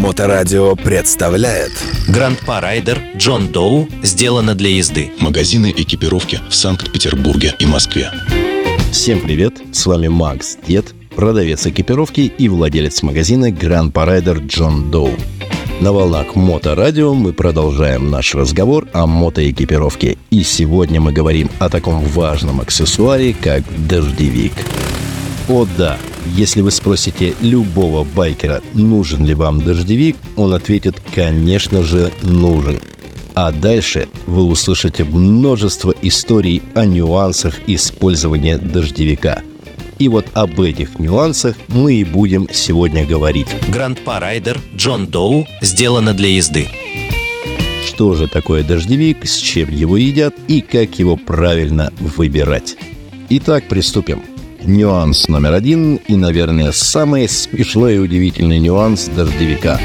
Моторадио представляет Гранд Парайдер Джон Доу сделано для езды. Магазины экипировки в Санкт-Петербурге и Москве. Всем привет, с вами Макс Дед, продавец экипировки и владелец магазина Гранд Парайдер Джон Доу. На волнах Моторадио мы продолжаем наш разговор о мотоэкипировке. И сегодня мы говорим о таком важном аксессуаре, как дождевик. О да, если вы спросите любого байкера, нужен ли вам дождевик, он ответит, конечно же, нужен. А дальше вы услышите множество историй о нюансах использования дождевика. И вот об этих нюансах мы и будем сегодня говорить. Гранд Парайдер Джон Доу сделано для езды. Что же такое дождевик, с чем его едят и как его правильно выбирать. Итак, приступим. Нюанс номер 1 и, наверное, самый смешной и удивительный нюанс дождевика.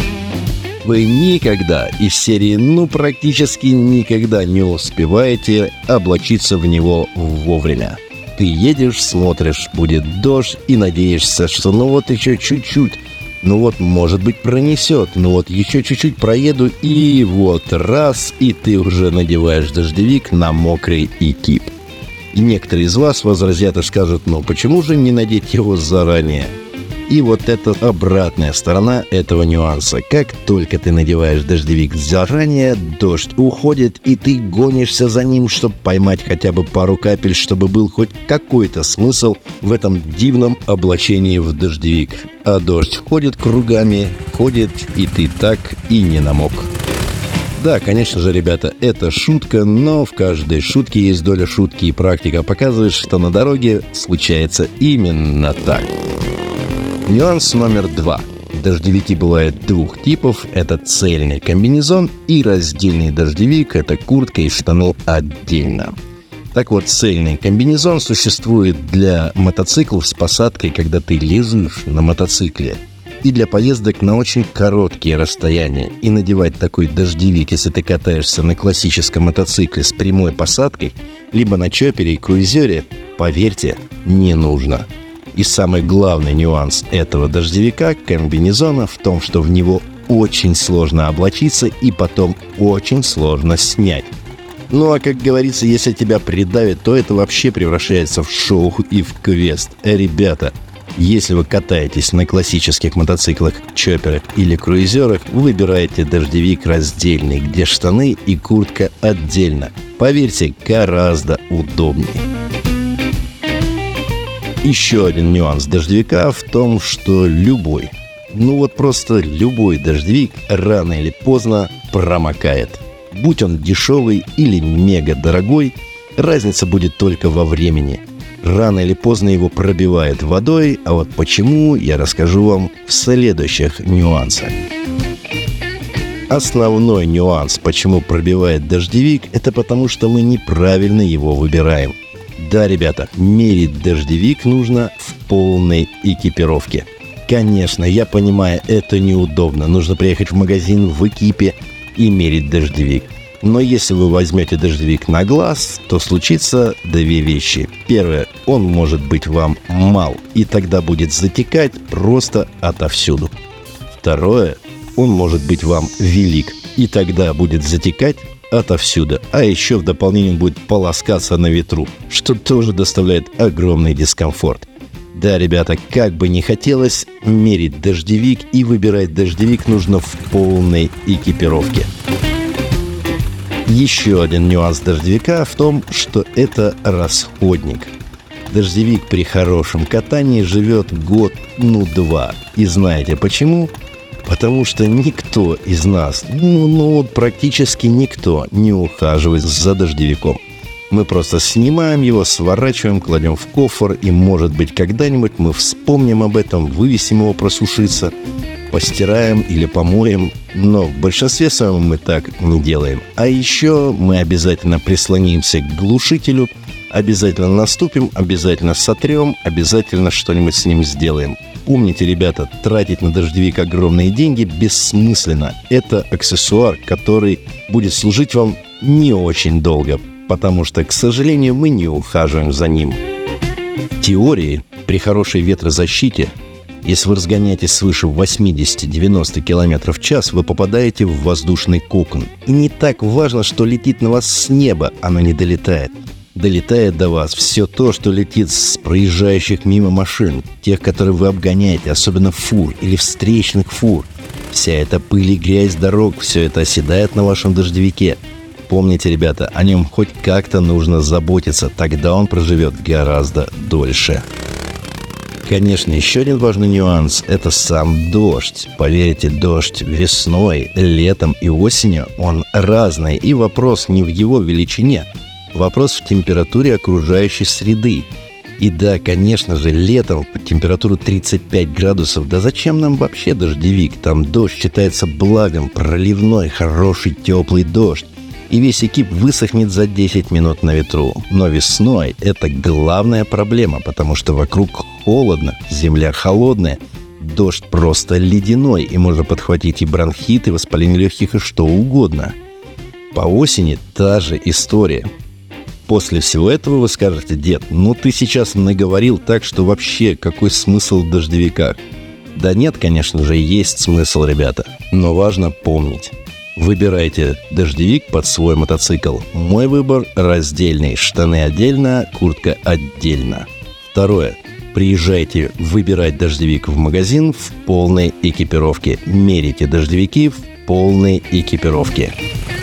Вы никогда из серии практически никогда не успеваете облачиться в него вовремя. Ты едешь, смотришь, будет дождь и надеешься, что еще чуть-чуть, может быть, пронесет, еще чуть-чуть проеду, и вот раз, и ты уже надеваешь дождевик на мокрый экип. И некоторые из вас возразят и скажут, почему же не надеть его заранее? И вот это обратная сторона этого нюанса. Как только ты надеваешь дождевик заранее, дождь уходит, и ты гонишься за ним, чтобы поймать хотя бы пару капель, чтобы был хоть какой-то смысл в этом дивном облачении в дождевик. А дождь ходит кругами, и ты так и не намок. Да, конечно же, ребята, это шутка, но в каждой шутке есть доля шутки, и практика показывает, что на дороге случается именно так. Нюанс номер 2. Дождевики бывают двух типов. Это цельный комбинезон и раздельный дождевик. Это куртка и штаны отдельно. Так вот, цельный комбинезон существует для мотоциклов с посадкой, когда ты лежишь на мотоцикле. И для поездок на очень короткие расстояния. И надевать такой дождевик, если ты катаешься на классическом мотоцикле с прямой посадкой, либо на чоппере и круизере, поверьте, не нужно. И самый главный нюанс этого дождевика, комбинезона, в том, что в него очень сложно облачиться и потом очень сложно снять. А как говорится, если тебя придавит, то это вообще превращается в шоу и в квест. Ребята, если вы катаетесь на классических мотоциклах, чопперах или круизерах, выбирайте дождевик раздельный, где штаны и куртка отдельно. Поверьте, гораздо удобнее. Еще один нюанс дождевика в том, что просто любой дождевик рано или поздно промокает. Будь он дешевый или мега дорогой, разница будет только во времени. Рано или поздно его пробивает водой, а вот почему, я расскажу вам в следующих нюансах. Основной нюанс, почему пробивает дождевик, это потому, что мы неправильно его выбираем. Да, ребята, мерить дождевик нужно в полной экипировке. Конечно, я понимаю, это неудобно. Нужно приехать в магазин в экипе и мерить дождевик. Но если вы возьмете дождевик на глаз, то случится две вещи. Первое, он может быть вам мал, и тогда будет затекать просто отовсюду. Второе, он может быть вам велик, и тогда будет затекать отовсюду. А еще в дополнение будет полоскаться на ветру, что тоже доставляет огромный дискомфорт. Да, ребята, как бы не хотелось, мерить дождевик и выбирать дождевик нужно в полной экипировке. Еще один нюанс дождевика в том, что это расходник. Дождевик при хорошем катании живет год, 2. И знаете почему? Потому что никто из нас, практически никто не ухаживает за дождевиком. Мы просто снимаем его, сворачиваем, кладем в кофр, и, может быть, когда-нибудь мы вспомним об этом, вывесим его просушиться, постираем или помоем, но в большинстве своем мы так не делаем. А еще мы обязательно прислонимся к глушителю, обязательно наступим, обязательно сотрем, обязательно что-нибудь с ним сделаем. Помните, ребята, тратить на дождевик огромные деньги бессмысленно. Это аксессуар, который будет служить вам не очень долго, потому что, к сожалению, мы не ухаживаем за ним. В теории, при хорошей ветрозащите Если вы разгоняетесь свыше 80-90 км в час, вы попадаете в воздушный кокон. И не так важно, что летит на вас с неба, оно не долетает. Долетает до вас все то, что летит с проезжающих мимо машин, тех, которые вы обгоняете, особенно фур или встречных фур. Вся эта пыль и грязь дорог, все это оседает на вашем дождевике. Помните, ребята, о нем хоть как-то нужно заботиться, тогда он проживет гораздо дольше. Конечно, еще один важный нюанс – это сам дождь. Поверьте, дождь весной, летом и осенью он разный, и вопрос не в его величине. Вопрос в температуре окружающей среды. И да, конечно же, летом по температуру 35 градусов. Да зачем нам вообще дождевик? Там дождь считается благом, проливной, хороший, теплый дождь. И весь экип высохнет за 10 минут на ветру. Но весной это главная проблема, потому что вокруг холодно, земля холодная, дождь просто ледяной, и можно подхватить и бронхит, и воспаление легких, и что угодно. По осени та же история. После всего этого вы скажете: дед, ну ты сейчас наговорил так, что вообще какой смысл в дождевиках? Да нет, конечно же, есть смысл, ребята. Но важно помнить. Выбирайте дождевик под свой мотоцикл. Мой выбор раздельный. Штаны отдельно, куртка отдельно. Второе. Приезжайте выбирать дождевик в магазин в полной экипировке. Мерите дождевики в полной экипировке.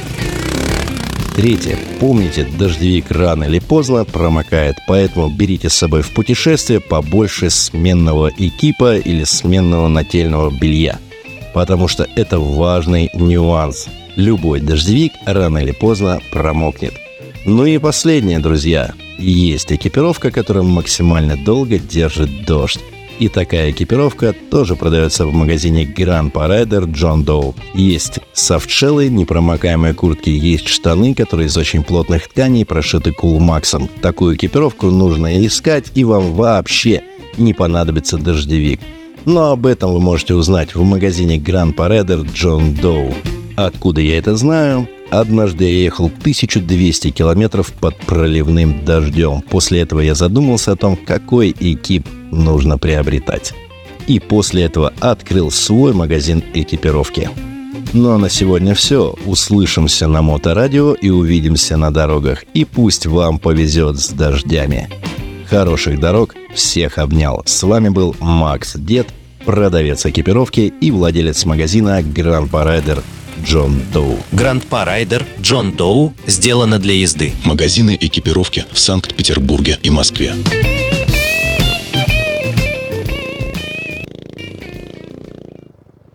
Третье. Помните, дождевик рано или поздно промокает, поэтому берите с собой в путешествие побольше сменного экипа или сменного нательного белья. Потому что это важный нюанс. Любой дождевик рано или поздно промокнет. Ну и последнее, друзья. Есть экипировка, которая максимально долго держит дождь. И такая экипировка тоже продается в магазине Grand Parader John Doe. Есть софтшеллы, непромокаемые куртки, есть штаны, которые из очень плотных тканей прошиты Coolmax. Такую экипировку нужно искать, и вам вообще не понадобится дождевик. Но об этом вы можете узнать в магазине Grand Parader John Doe. Откуда я это знаю? Однажды я ехал 1200 километров под проливным дождем. После этого я задумался о том, какой экип нужно приобретать. И после этого открыл свой магазин экипировки. Ну а на сегодня все. Услышимся на Моторадио и увидимся на дорогах. И пусть вам повезет с дождями. Хороших дорог, всех обнял. С вами был Макс Дед, продавец экипировки и владелец магазина Grand Parader John Doe. Grand Parader John Doe сделано для езды. Магазины экипировки в Санкт-Петербурге и Москве.